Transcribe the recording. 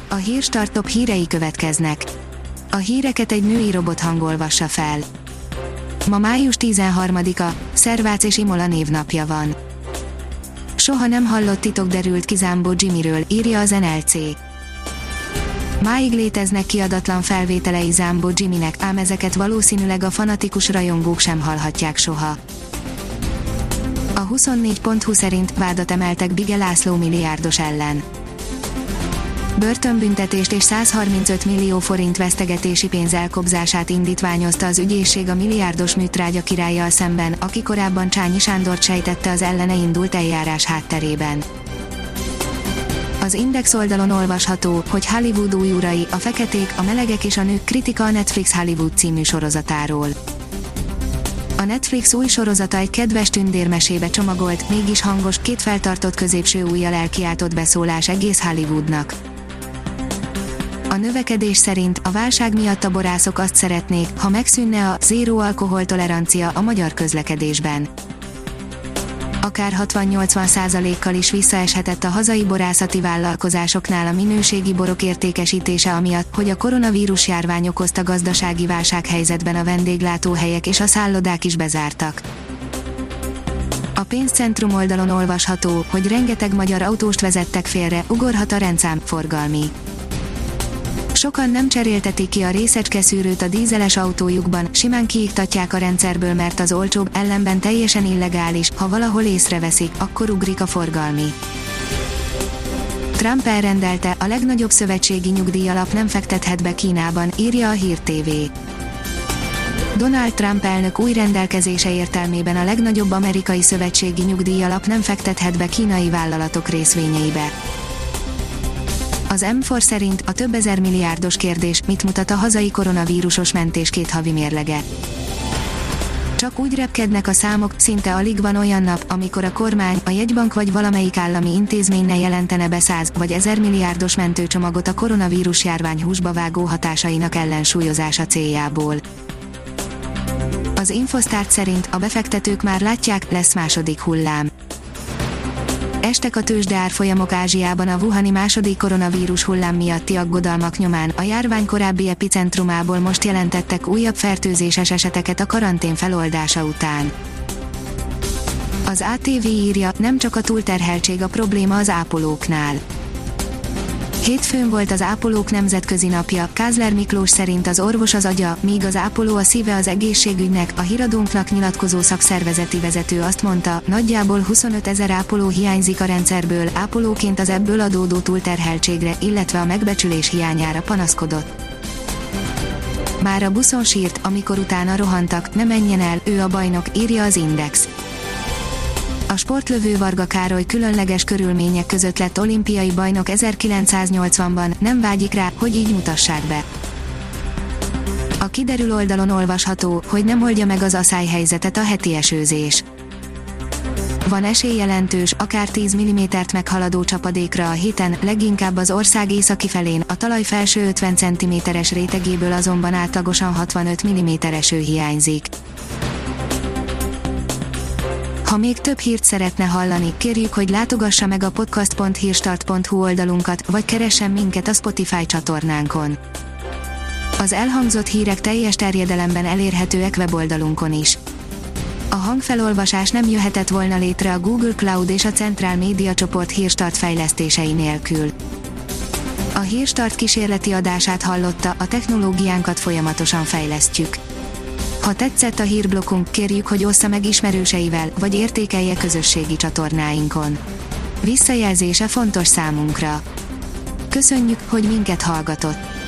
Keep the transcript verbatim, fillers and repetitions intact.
A Hírstart top hírei következnek. A híreket egy női robothang olvassa fel. Ma május tizenharmadika, Szervác és Imola névnapja van. Soha nem hallott titok derült ki Zambó Jimmyről, írja az en el cé. Máig léteznek kiadatlan felvételei Zambó Jimmynek, ám ezeket valószínűleg a fanatikus rajongók sem hallhatják soha. A huszonnégy pont hu szerint vádat emeltek Bige László milliárdos ellen. Börtönbüntetést és százharmincöt millió forint vesztegetési pénz elkobzását indítványozta az ügyészség a milliárdos műtrágya királlyal szemben, aki korábban Csányi Sándort sejtette az ellene indult eljárás hátterében. Az Index oldalon olvasható, hogy Hollywood új urai, a feketék, a melegek és a nők kritika a Netflix Hollywood című sorozatáról. A Netflix új sorozata egy kedves tündérmesébe csomagolt, mégis hangos, két feltartott középső ujjal elkiáltott beszólás egész Hollywoodnak. A növekedés szerint a válság miatt a borászok azt szeretnék, ha megszűnne a zéró alkoholtolerancia a magyar közlekedésben. Akár hatvan-nyolcvan százalékkal is visszaeshetett a hazai borászati vállalkozásoknál a minőségi borok értékesítése amiatt, hogy a koronavírus járvány okozta gazdasági válsághelyzetben a vendéglátóhelyek és a szállodák is bezártak. A pénzcentrum oldalon olvasható, hogy rengeteg magyar autóst vezettek félre, ugorhat a rendszám forgalmi. Sokan nem cseréltetik ki a részecskeszűrőt a dízeles autójukban, simán kiiktatják a rendszerből, mert az olcsóbb, ellenben teljesen illegális, ha valahol észreveszik, akkor ugrik a forgalmi. Trump elrendelte, a legnagyobb szövetségi nyugdíjalap nem fektethet be Kínában, írja a Hír té vé. Donald Trump elnök új rendelkezése értelmében a legnagyobb amerikai szövetségi nyugdíjalap nem fektethet be kínai vállalatok részvényeibe. Az em négy szerint a több ezer milliárdos kérdés, mit mutat a hazai koronavírusos mentés két havi mérlege. Csak úgy repkednek a számok, szinte alig van olyan nap, amikor a kormány, a jegybank vagy valamelyik állami intézmény ne jelentene be száz vagy ezer milliárdos mentőcsomagot a koronavírus járvány húsba vágó hatásainak ellensúlyozása céljából. Az Infosztárt szerint a befektetők már látják, lesz második hullám. Estek a tőzsdeárfolyamok Ázsiában a wuhani második koronavírus hullám miatti aggodalmak nyomán, a járvány korábbi epicentrumából most jelentettek újabb fertőzéses eseteket a karantén feloldása után. Az á té vé írja, nem csak a túlterheltség a probléma az ápolóknál. Hétfőn volt az ápolók nemzetközi napja, Kázler Miklós szerint az orvos az agya, míg az ápoló a szíve az egészségügynek, a híradónknak nyilatkozó szakszervezeti vezető azt mondta, nagyjából huszonöt ezer ápoló hiányzik a rendszerből, ápolóként az ebből adódó túlterheltségre, illetve a megbecsülés hiányára panaszkodott. Már a buszon sírt, amikor utána rohantak, ne menjen el, ő a bajnok, írja az Index. A sportlövő Varga Károly különleges körülmények között lett olimpiai bajnok ezerkilencszáznyolcvanban, nem vágyik rá, hogy így mutassák be. A Kiderül oldalon olvasható, hogy nem oldja meg az aszályhelyzetet a heti esőzés. Van esély jelentős, akár tíz millimétert meghaladó csapadékra a héten, leginkább az ország északi felén, a talaj felső ötven centiméteres rétegéből azonban átlagosan hatvanöt milliméter eső hiányzik. Ha még több hírt szeretne hallani, kérjük, hogy látogassa meg a podcast pont hírstart pont hu oldalunkat, vagy keressen minket a Spotify csatornánkon. Az elhangzott hírek teljes terjedelemben elérhetőek weboldalunkon is. A hangfelolvasás nem jöhetett volna létre a Google Cloud és a Centrál Média csoport Hírstart fejlesztései nélkül. A Hírstart kísérleti adását hallotta, a technológiánkat folyamatosan fejlesztjük. Ha tetszett a hírblokkunk, kérjük, hogy ossza meg ismerőseivel, vagy értékelje közösségi csatornáinkon. Visszajelzése fontos számunkra. Köszönjük, hogy minket hallgatott!